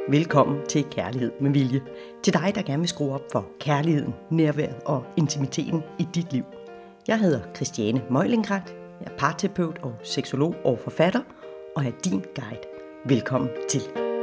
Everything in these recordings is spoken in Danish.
Velkommen til Kærlighed med Vilje. Til dig, der gerne vil skrue op for kærligheden, nærværet og intimiteten i dit liv. Jeg hedder Christiane Møjlingrat. Jeg er parterapeut og seksolog og forfatter, og er din guide. Velkommen til.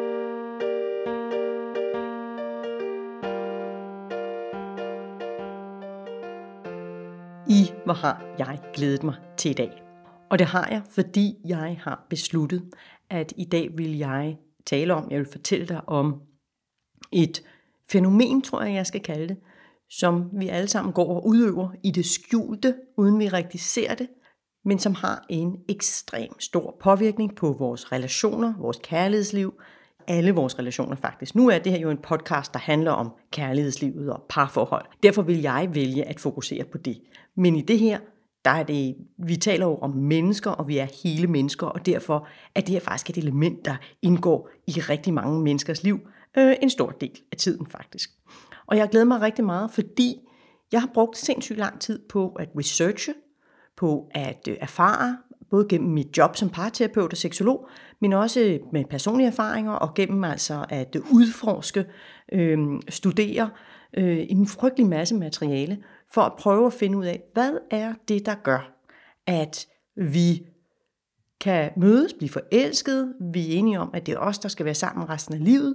Hvor har jeg glædet mig til i dag. Og det har jeg, fordi jeg har besluttet, at i dag vil jeg tale om, jeg vil fortælle dig om et fænomen, tror jeg skal kalde det, som vi alle sammen går og udøver i det skjulte, uden vi rigtig ser det, men som har en ekstrem stor påvirkning på vores relationer, vores kærlighedsliv, alle vores relationer faktisk. Nu er det her jo en podcast, der handler om kærlighedslivet og parforhold. Derfor vil jeg vælge at fokusere på det. Men i det her, der er det, vi taler jo om mennesker, og vi er hele mennesker, og derfor er det her faktisk et element, der indgår i rigtig mange menneskers liv. En stor del af tiden faktisk. Og jeg glæder mig rigtig meget, fordi jeg har brugt sindssygt lang tid på at researche, på at erfare, både gennem mit job som parterapeut og seksolog, men også med personlige erfaringer og gennem altså at udforske, studere en frygtelig masse materiale, for at prøve at finde ud af, hvad er det, der gør, at vi kan mødes, blive forelskede, vi er enige om, at det er os, der skal være sammen resten af livet,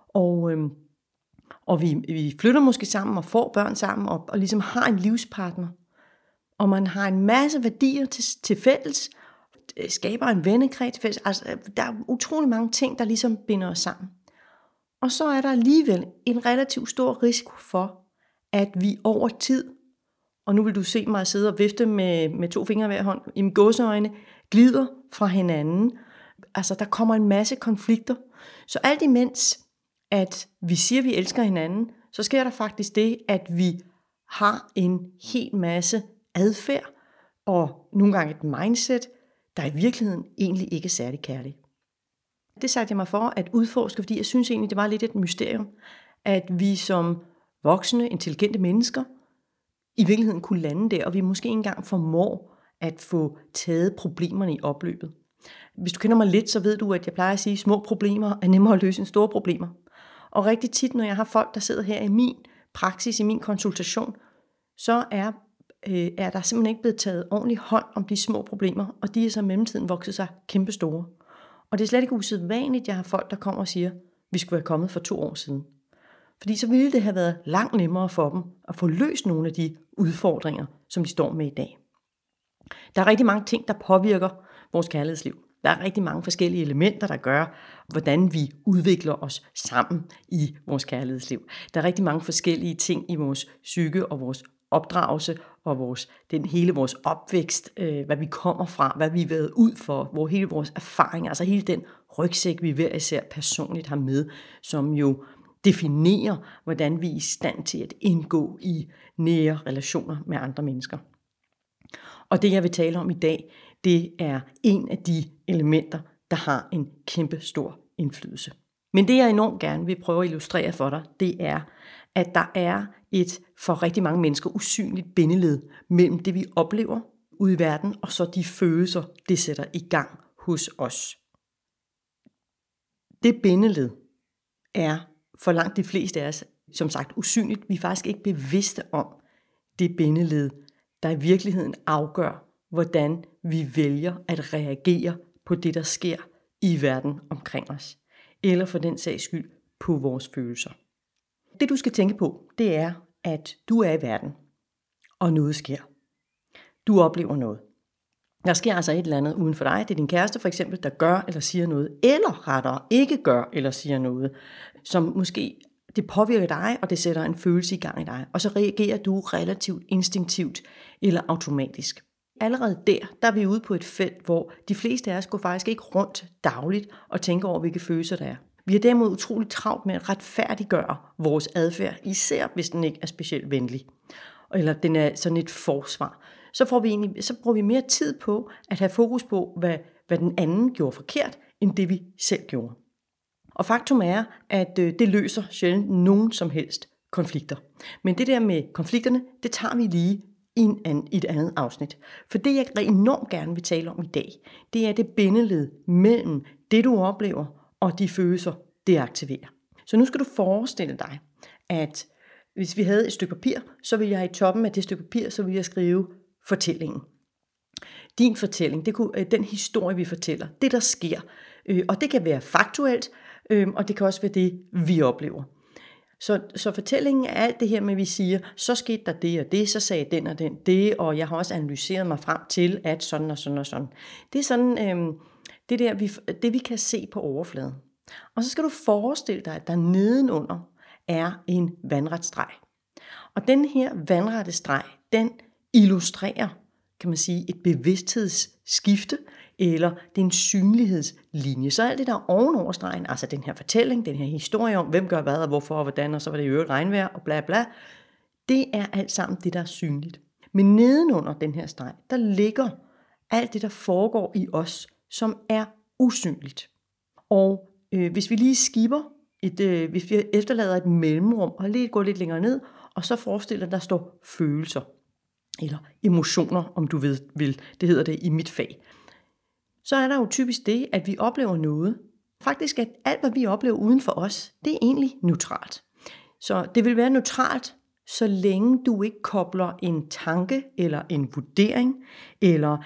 og vi flytter måske sammen og får børn sammen, og ligesom har en livspartner, og man har en masse værdier til fælles, skaber en vennekreds til fælles, altså der er utrolig mange ting, der ligesom binder os sammen. Og så er der alligevel en relativt stor risiko for, at vi over tid, og nu vil du se mig sidde og vifte med 2 fingre hver hånd, i gåseøjne, glider fra hinanden. Altså der kommer en masse konflikter. Så alt imens, at vi siger, at vi elsker hinanden, så sker der faktisk det, at vi har en hel masse adfærd, og nogle gange et mindset, der i virkeligheden egentlig ikke er særlig kærligt. Det satte jeg mig for at udforske, fordi jeg synes egentlig, det var lidt et mysterium, at vi som voksne, intelligente mennesker i virkeligheden kunne lande der, og vi måske ikke engang formår at få taget problemerne i opløbet. Hvis du kender mig lidt, så ved du, at jeg plejer at sige, at små problemer er nemmere at løse end store problemer. Og rigtig tit, når jeg har folk, der sidder her i min praksis, i min konsultation, så er der simpelthen ikke blevet taget ordentlig hånd om de små problemer, og de er så i mellemtiden vokset sig kæmpestore. Og det er slet ikke usædvanligt, jeg har folk, der kommer og siger, at vi skulle være kommet for 2 år siden. Fordi så ville det have været langt nemmere for dem at få løst nogle af de udfordringer, som de står med i dag. Der er rigtig mange ting, der påvirker vores kærlighedsliv. Der er rigtig mange forskellige elementer, der gør, hvordan vi udvikler os sammen i vores kærlighedsliv. Der er rigtig mange forskellige ting i vores psyke og vores opdragelse og hele vores opvækst, hvad vi kommer fra, hvad vi har været ud for, hele vores erfaring, altså hele den rygsæk, vi hver især personligt har med, som jo definerer, hvordan vi er i stand til at indgå i nære relationer med andre mennesker. Og det, jeg vil tale om i dag, det er en af de elementer, der har en kæmpe stor indflydelse. Men det, jeg enormt gerne vil prøve at illustrere for dig, det er, at der er et for rigtig mange mennesker usynligt bindeled mellem det, vi oplever ude i verden, og så de følelser, det sætter i gang hos os. Det bindeled er for langt de fleste af os, som sagt, usynligt. Vi er faktisk ikke bevidste om det bindeled, der i virkeligheden afgør, hvordan vi vælger at reagere på det, der sker i verden omkring os. Eller for den sags skyld på vores følelser. Det du skal tænke på, det er, at du er i verden, og noget sker. Du oplever noget. Der sker altså et eller andet uden for dig. Det er din kæreste for eksempel, der gør eller siger noget, eller rettere ikke gør eller siger noget, som måske det påvirker dig, og det sætter en følelse i gang i dig. Og så reagerer du relativt instinktivt eller automatisk. Allerede der er vi ude på et felt, hvor de fleste af os går faktisk ikke rundt dagligt og tænker over, hvilke følelser der er. Vi har derimod utroligt travlt med at retfærdiggøre vores adfærd, især hvis den ikke er specielt venlig, eller den er sådan et forsvar. Så bruger vi mere tid på at have fokus på, hvad den anden gjorde forkert, end det vi selv gjorde. Og faktum er, at det løser sjældent nogen som helst konflikter. Men det der med konflikterne, det tager vi lige i et andet afsnit. For det, jeg enormt gerne vil tale om i dag, det er det bindeled mellem det, du oplever, og de følelser, det aktiverer. Så nu skal du forestille dig, at hvis vi havde et stykke papir, så ville jeg i toppen af det stykke papir, så ville jeg skrive fortællingen. Din fortælling, den historie, vi fortæller, det der sker. Og det kan være faktuelt, og det kan også være det, vi oplever. Så fortællingen er alt det her med, at vi siger, så skete der det og det, så sagde den og den det, og jeg har også analyseret mig frem til, at sådan og sådan og sådan. Det er sådan det vi kan se på overfladen. Og så skal du forestille dig, at der nedenunder er en vandret streg. Og den her vandrette streg, den illustrerer, kan man sige, et bevidsthedsskifte, eller det er en synlighedslinje. Så alt det der ovenover stregen, altså den her fortælling, den her historie om, hvem gør hvad og hvorfor og hvordan, og så var det i øvrigt regnvejr og bla bla, det er alt sammen det, der er synligt. Men nedenunder den her streg, der ligger alt det, der foregår i os, som er usynligt. Og hvis vi lige skipper, hvis vi efterlader et mellemrum, og lige går lidt længere ned, og så forestiller, at der står følelser, eller emotioner, om du vil, det hedder det i mit fag. Så er der jo typisk det, at vi oplever noget. Faktisk, at alt, hvad vi oplever uden for os, det er egentlig neutralt. Så det vil være neutralt, så længe du ikke kobler en tanke, eller en vurdering, eller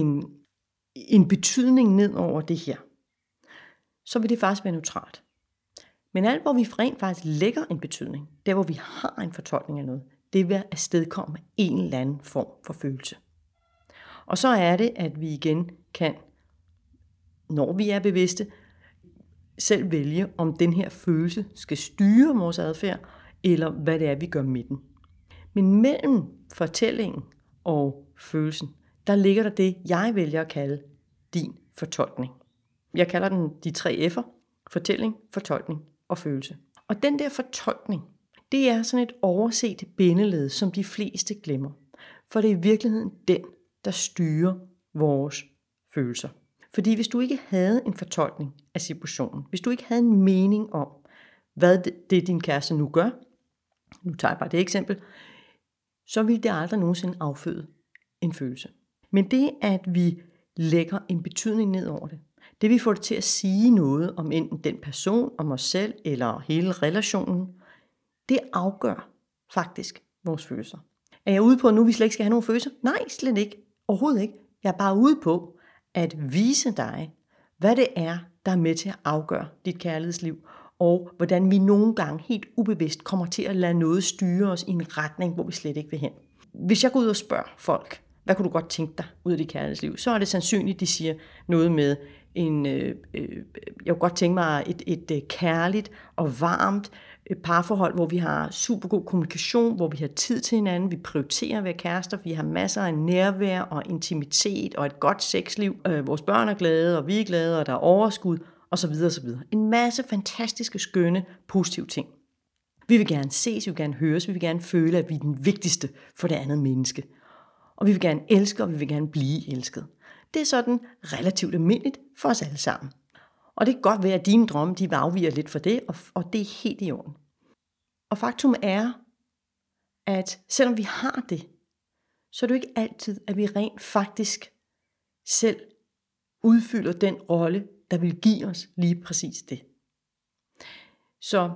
en betydning ned over det her. Så vil det faktisk være neutralt. Men alt, hvor vi rent faktisk lægger en betydning, der hvor vi har en fortolkning af noget, det vil afstedkomme en eller anden form for følelse. Og så er det, at vi igen kan, når vi er bevidste, selv vælge, om den her følelse skal styre vores adfærd, eller hvad det er, vi gør med den. Men mellem fortællingen og følelsen, der ligger der det, jeg vælger at kalde din fortolkning. Jeg kalder den de 3 F'er: fortælling, fortolkning og følelse. Og den der fortolkning, det er sådan et overset bindeled, som de fleste glemmer. For det er i virkeligheden den, der styrer vores følelser. Fordi hvis du ikke havde en fortolkning af situationen, hvis du ikke havde en mening om, hvad det din kæreste nu gør, nu tager jeg bare det eksempel, så ville det aldrig nogensinde afføde en følelse. Men det, at vi lægger en betydning ned over det, det vi får det til at sige noget om enten den person, om os selv eller hele relationen, det afgør faktisk vores følelser. Er jeg ude på, at nu vi slet ikke skal have nogen følelser? Nej, slet ikke. Overhovedet ikke. Jeg er bare ude på at vise dig, hvad det er, der er med til at afgøre dit kærlighedsliv, og hvordan vi nogle gange helt ubevidst kommer til at lade noget styre os i en retning, hvor vi slet ikke vil hen. Hvis jeg går ud og spørger folk, hvad kunne du godt tænke dig ud af dit kærlighedsliv, så er det sandsynligt, de siger noget med jeg kunne godt tænke mig et kærligt og varmt parforhold, hvor vi har super god kommunikation, hvor vi har tid til hinanden, vi prioriterer at være kærester, vi har masser af nærvær og intimitet og et godt sexliv. Vores børn er glade, og vi er glade, og der er overskud, osv. osv. En masse fantastiske, skønne, positive ting. Vi vil gerne ses, vi vil gerne høres, vi vil gerne føle, at vi er den vigtigste for det andet menneske. Og vi vil gerne elske, og vi vil gerne blive elsket. Det er sådan relativt almindeligt for os alle sammen. Og det kan godt være, at dine drømme, de afviger lidt fra det, og det er helt i orden. Og faktum er, at selvom vi har det, så er det jo ikke altid, at vi rent faktisk selv udfylder den rolle, der vil give os lige præcis det. Så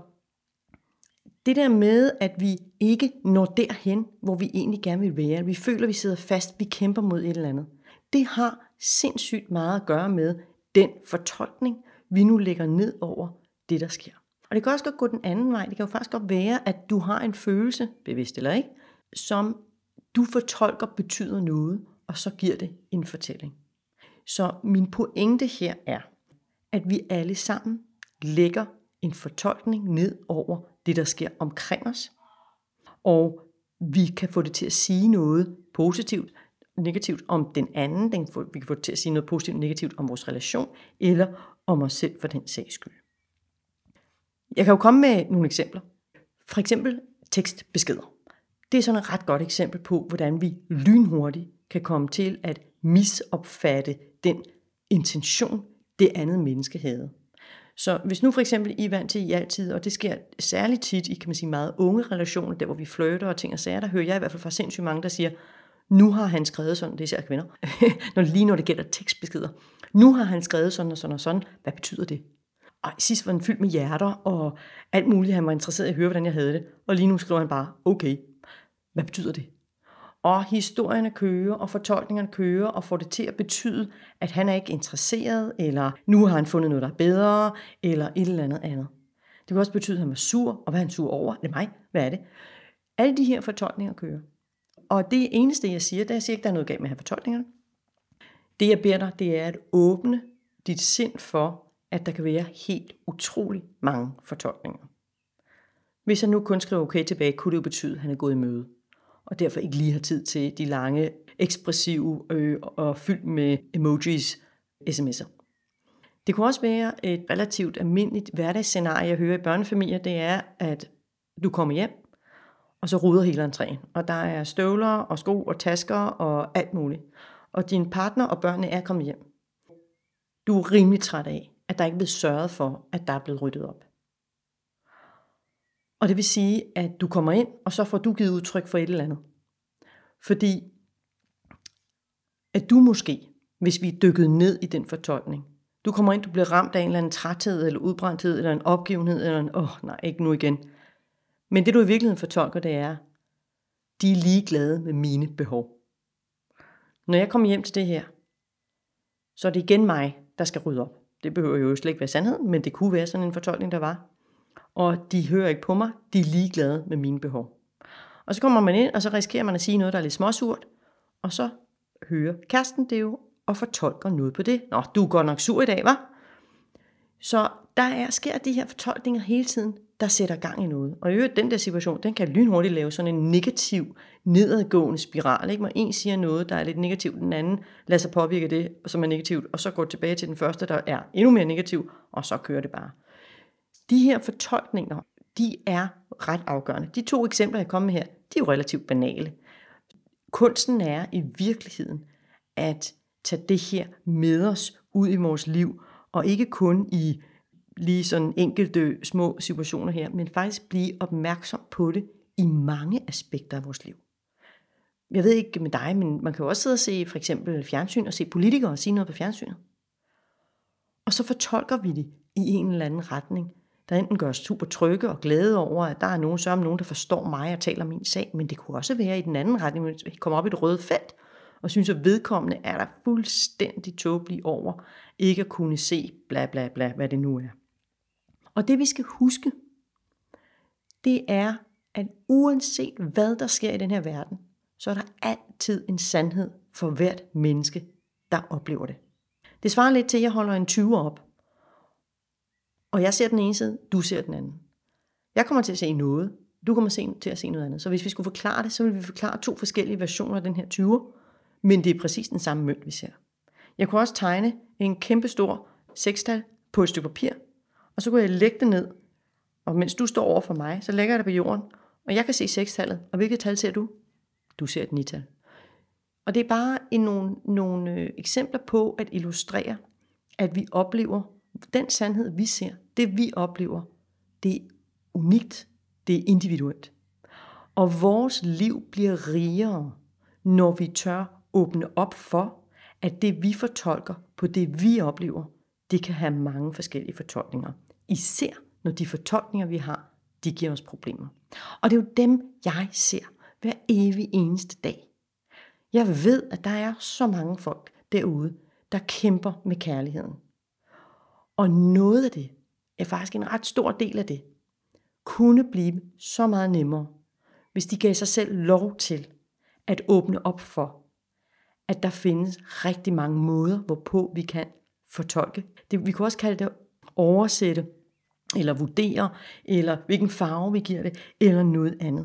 det der med, at vi ikke når derhen, hvor vi egentlig gerne vil være, vi føler, at vi sidder fast, vi kæmper mod et eller andet, det har sindssygt meget at gøre med den fortolkning, vi nu lægger ned over det, der sker. Og det kan også godt gå den anden vej. Det kan jo faktisk godt være, at du har en følelse, bevidst eller ikke, som du fortolker betyder noget, og så giver det en fortælling. Så min pointe her er, at vi alle sammen lægger en fortolkning ned over det, der sker omkring os, og vi kan få det til at sige noget positivt, negativt om den anden, vi kan få det til at sige noget positivt og negativt om vores relation, eller om os selv for den sags skyld. Jeg kan jo komme med nogle eksempler. For eksempel tekstbeskeder. Det er sådan et ret godt eksempel på, hvordan vi lynhurtigt kan komme til at misopfatte den intention, det andet menneske havde. Så hvis nu for eksempel I er vant til i altid, og det sker særligt tit i, kan man sige, meget unge relationer, der hvor vi flirter og ting og sager, der hører jeg i hvert fald fra sindssygt mange, der siger, nu har han skrevet sådan, det er især kvinder, når det gælder tekstbeskeder. Nu har han skrevet sådan og sådan og sådan, hvad betyder det? sidst var den fyldt med hjerter og alt muligt. Han var interesseret i at høre, hvordan jeg havde det. Og lige nu skriver han bare, okay, hvad betyder det? Og historierne kører, og fortolkningerne kører, og får det til at betyde, at han er ikke interesseret, eller nu har han fundet noget, der er bedre, eller et eller andet. Det kan også betyde, at han var sur, og hvad er han sur over? Er det mig? Hvad er det? Alle de her fortolkninger kører. Og det eneste, jeg siger, det er, jeg siger ikke, der er noget galt med at have fortolkningerne. Det, jeg beder dig, det er at åbne dit sind for, at der kan være helt utrolig mange fortolkninger. Hvis jeg nu kun skriver okay tilbage, kunne det jo betyde, at han er gået i møde, og derfor ikke lige har tid til de lange, ekspressive og fyldt med emojis sms'er. Det kunne også være et relativt almindeligt hverdagsscenarie, jeg hører i børnefamilier, det er, at du kommer hjem, og så ruder hele entréen, og der er støvler og sko og tasker og alt muligt. Og din partner og børnene er kommet hjem. Du er rimelig træt af, at der ikke er blevet sørget for, at der er blevet ryddet op. Og det vil sige, at du kommer ind, og så får du givet udtryk for et eller andet. Fordi at du måske, hvis vi er dykket ned i den fortolkning, du kommer ind, du bliver ramt af en eller anden træthed, eller udbrændthed, eller en opgivenhed, eller en, nej, ikke nu igen. Men det du i virkeligheden fortolker, det er, de er ligeglade med mine behov. Når jeg kommer hjem til det her, så er det igen mig, der skal rydde op. Det behøver jo slet ikke være sandheden, men det kunne være sådan en fortolkning, der var. Og de hører ikke på mig, de er ligeglade med mine behov. Og så kommer man ind, og så risikerer man at sige noget, der er lidt småsurt, og så hører kæresten det jo, og fortolker noget på det. Nå, du er godt nok sur i dag, hva'? Så sker de her fortolkninger hele tiden, der sætter gang i noget. Og i øvrigt, den der situation, den kan lynhurtigt lave sådan en negativ, nedadgående spiral. Ikke? Når en siger noget, der er lidt negativt, den anden lader sig påvirke det, som er negativt, og så går tilbage til den første, der er endnu mere negativ, og så kører det bare. De her fortolkninger, de er ret afgørende. De 2 eksempler, jeg kommer med her, de er jo relativt banale. Kunsten er i virkeligheden at tage det her med os ud i vores liv, og ikke kun i lige sådan enkelte små situationer her, men faktisk blive opmærksom på det i mange aspekter af vores liv. Jeg ved ikke med dig, men man kan jo også sidde og se for eksempel fjernsyn og se politikere og sige noget på fjernsynet. Og så fortolker vi det i en eller anden retning, der enten gør os super trygge og glade over, at der er nogen, der forstår mig og taler min sag, men det kunne også være i den anden retning, hvis vi kommer op i et rødt felt, og synes, at vedkommende er der fuldstændig tåbelig over, ikke at kunne se bla bla bla, hvad det nu er. Og det vi skal huske, det er, at uanset hvad der sker i den her verden, så er der altid en sandhed for hvert menneske, der oplever det. Det svarer lidt til, at jeg holder en 20'er op, og jeg ser den ene side, du ser den anden. Jeg kommer til at se noget, du kommer til at se noget andet. Så hvis vi skulle forklare det, så vil vi forklare 2 forskellige versioner af den her 20'er, men det er præcis den samme mønt, vi ser. Jeg kunne også tegne en kæmpe stor sekstal på et stykke papir, og så kunne jeg lægge det ned, og mens du står over for mig, så lægger jeg det på jorden, og jeg kan se sekstallet. Og hvilket tal ser du? Du ser et 9-tal. Og det er bare nogle eksempler på at illustrere, at vi oplever den sandhed, vi ser, det vi oplever, det er unikt, det er individuelt. Og vores liv bliver rigere, når vi tør åbne op for, at det vi fortolker på det vi oplever, det kan have mange forskellige fortolkninger. Især når de fortolkninger vi har, de giver os problemer. Og det er jo dem, jeg ser hver evig eneste dag. Jeg ved, at der er så mange folk derude, der kæmper med kærligheden. Og noget af det, er faktisk en ret stor del af det, kunne blive så meget nemmere, hvis de gav sig selv lov til at åbne op for, at der findes rigtig mange måder, hvorpå vi kan fortolke. Vi kunne også kalde det oversætte, eller vurdere, eller hvilken farve vi giver det, eller noget andet.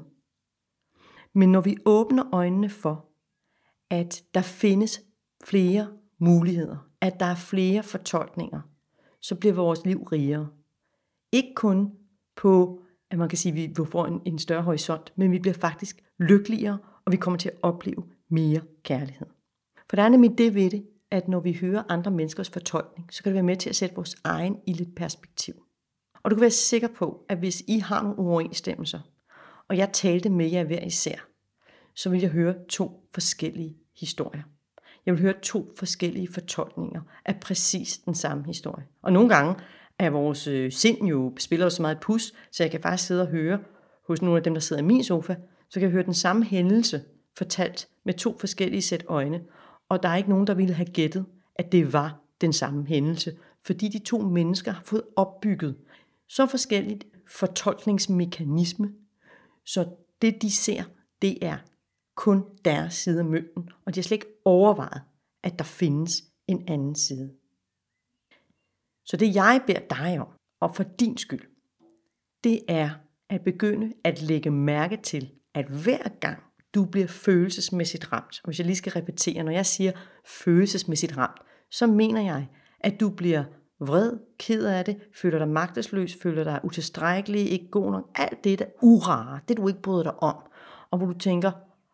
Men når vi åbner øjnene for, at der findes flere muligheder, at der er flere fortolkninger, så bliver vores liv rigere. Ikke kun på, at man kan sige, at vi får en større horisont, men vi bliver faktisk lykkeligere, og vi kommer til at opleve mere kærlighed. For der er nemlig det ved det, at når vi hører andre menneskers fortolkning, så kan det være med til at sætte vores egen i lidt perspektiv. Og du kan være sikker på, at hvis I har nogle uoverensstemmelser, og jeg talte med jer hver især, så vil jeg høre 2 forskellige historier. Jeg vil høre 2 forskellige fortolkninger af præcis den samme historie. Og nogle gange at vores sind jo spiller så meget et pus, så jeg kan faktisk sidde og høre hos nogle af dem, der sidder i min sofa, så kan jeg høre den samme hændelse fortalt med 2 forskellige sæt øjne, og der er ikke nogen, der ville have gættet, at det var den samme hændelse, fordi de 2 mennesker har fået opbygget så forskelligt fortolkningsmekanisme, så det de ser, det er kun deres side af mønten, og de har slet ikke overvejet, at der findes en anden side. Så det jeg beder dig om, og for din skyld, det er at begynde at lægge mærke til, at hver gang du bliver følelsesmæssigt ramt, og hvis jeg lige skal repetere, når jeg siger følelsesmæssigt ramt, så mener jeg, at du bliver vred, ked af det, føler dig magtesløs, føler dig utilstrækkelig, ikke god nok, alt det der urare, det du ikke bryder dig om, og hvor du tænker,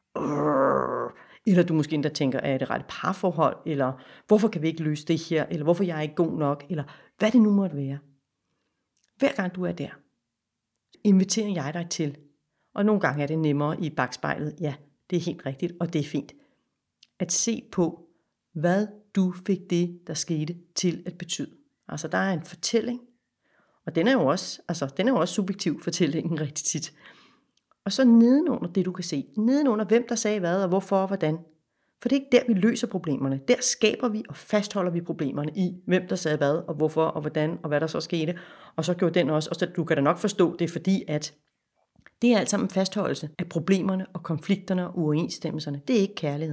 eller du måske endda tænker, er det ret parforhold, eller hvorfor kan vi ikke løse det her, eller hvorfor jeg er ikke god nok, eller hvad det nu måtte være. Hver gang du er der, inviterer jeg dig til, og nogle gange er det nemmere i bagspejlet, ja, det er helt rigtigt, og det er fint, at se på, hvad du fik det, der skete, til at betyde. Altså der er en fortælling, og den er jo også subjektiv, fortællingen rigtig tit. Og så nedenunder det, du kan se, nedenunder hvem der sagde hvad, og hvorfor og hvordan. For det er ikke der, vi løser problemerne. Der skaber vi og fastholder vi problemerne i, hvem der sagde hvad, og hvorfor og hvordan, og hvad der så skete. Og så gjorde den også, og så du kan da nok forstå det, fordi at det er alt sammen en fastholdelse af problemerne og konflikterne og uoverensstemmelserne. Det er ikke kærlighed.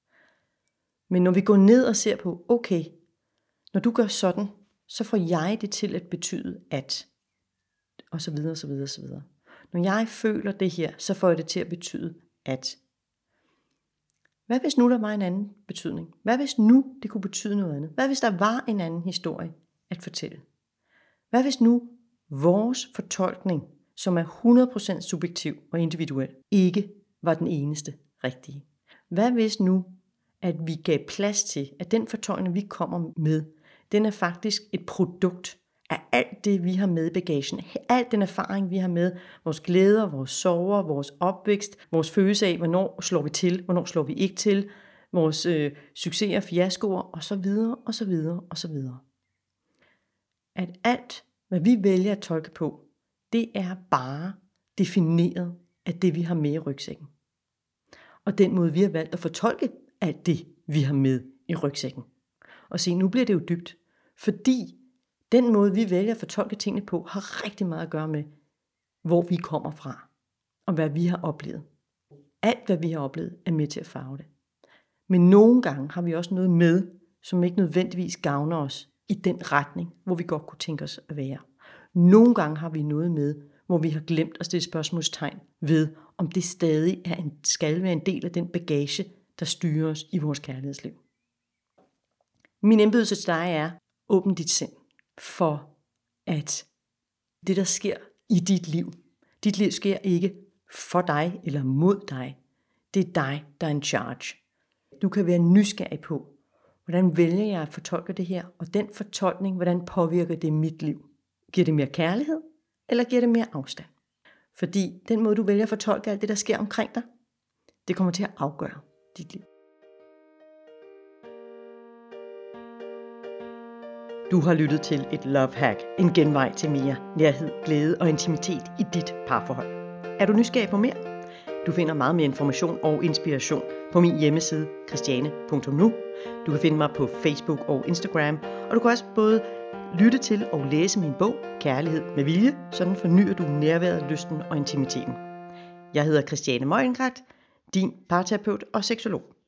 Men når vi går ned og ser på, okay, når du gør sådan, så får jeg det til at betyde at, og så videre, og så videre, og så videre. Når jeg føler det her, så får jeg det til at betyde at. Hvad hvis nu der var en anden betydning? Hvad hvis nu det kunne betyde noget andet? Hvad hvis der var en anden historie at fortælle? Hvad hvis nu vores fortolkning, som er 100% subjektiv og individuel, ikke var den eneste rigtige? Hvad hvis nu, at vi gav plads til, at den fortolkning, vi kommer med, den er faktisk et produkt af alt det, vi har med i bagagen. Alt den erfaring, vi har med, vores glæder, vores sorger, vores opvækst, vores følelse af, hvornår slår vi til, hvornår slår vi ikke til, vores succeser, fiaskoer, osv., osv., osv. At alt, hvad vi vælger at tolke på, det er bare defineret af det, vi har med i rygsækken. Og den måde, vi har valgt at fortolke alt det, vi har med i rygsækken. Og se, nu bliver det jo dybt, fordi den måde, vi vælger at fortolke tingene på, har rigtig meget at gøre med, hvor vi kommer fra, og hvad vi har oplevet. Alt, hvad vi har oplevet, er med til at farve det. Men nogle gange har vi også noget med, som ikke nødvendigvis gavner os i den retning, hvor vi godt kunne tænke os at være. Nogle gange har vi noget med, hvor vi har glemt at stille spørgsmålstegn ved, om det stadig skal være en del af den bagage, der styrer os i vores kærlighedsliv. Min indbydelse til dig er, åbn dit sind for, at det, der sker i dit liv sker ikke for dig eller mod dig. Det er dig, der er in charge. Du kan være nysgerrig på, hvordan vælger jeg at fortolke det her, og den fortolkning, hvordan påvirker det mit liv? Giver det mere kærlighed, eller giver det mere afstand? Fordi den måde, du vælger at fortolke alt det, der sker omkring dig, det kommer til at afgøre dit liv. Du har lyttet til et Love Hack, en genvej til mere nærhed, glæde og intimitet i dit parforhold. Er du nysgerrig på mere? Du finder meget mere information og inspiration på min hjemmeside christiane.nu. Du kan finde mig på Facebook og Instagram, og du kan også både lytte til og læse min bog Kærlighed med vilje, sådan fornyer du nærværet, lysten og intimiteten. Jeg hedder Christiane Møgenkragt, din parterapeut og seksolog.